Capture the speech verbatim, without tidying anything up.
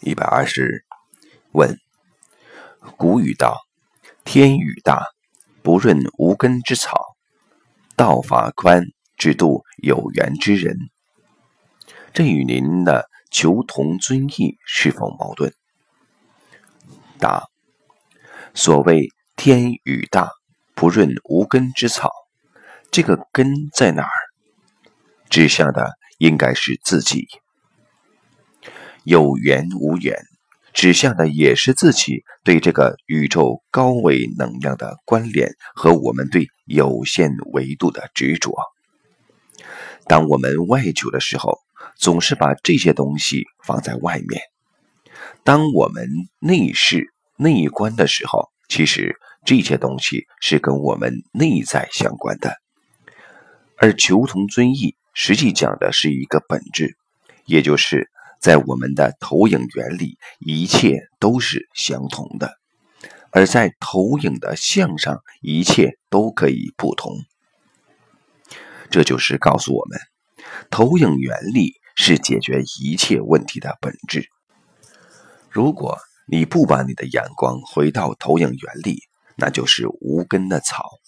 一百二十。问：古语道，天雨大，不润无根之草，道法宽，只渡有缘之人。这与您的求同尊异是否矛盾？答：所谓天雨大，不润无根之草，这个根在哪儿？指向的应该是自己。有缘无缘，指向的也是自己对这个宇宙高维能量的关联和我们对有限维度的执着。当我们外求的时候，总是把这些东西放在外面；当我们内视内观的时候，其实这些东西是跟我们内在相关的。而求同尊异实际讲的是一个本质，也就是在我们的投影原理，一切都是相同的，而在投影的相上，一切都可以不同。这就是告诉我们，投影原理是解决一切问题的本质。如果你不把你的眼光回到投影原理，那就是无根的草。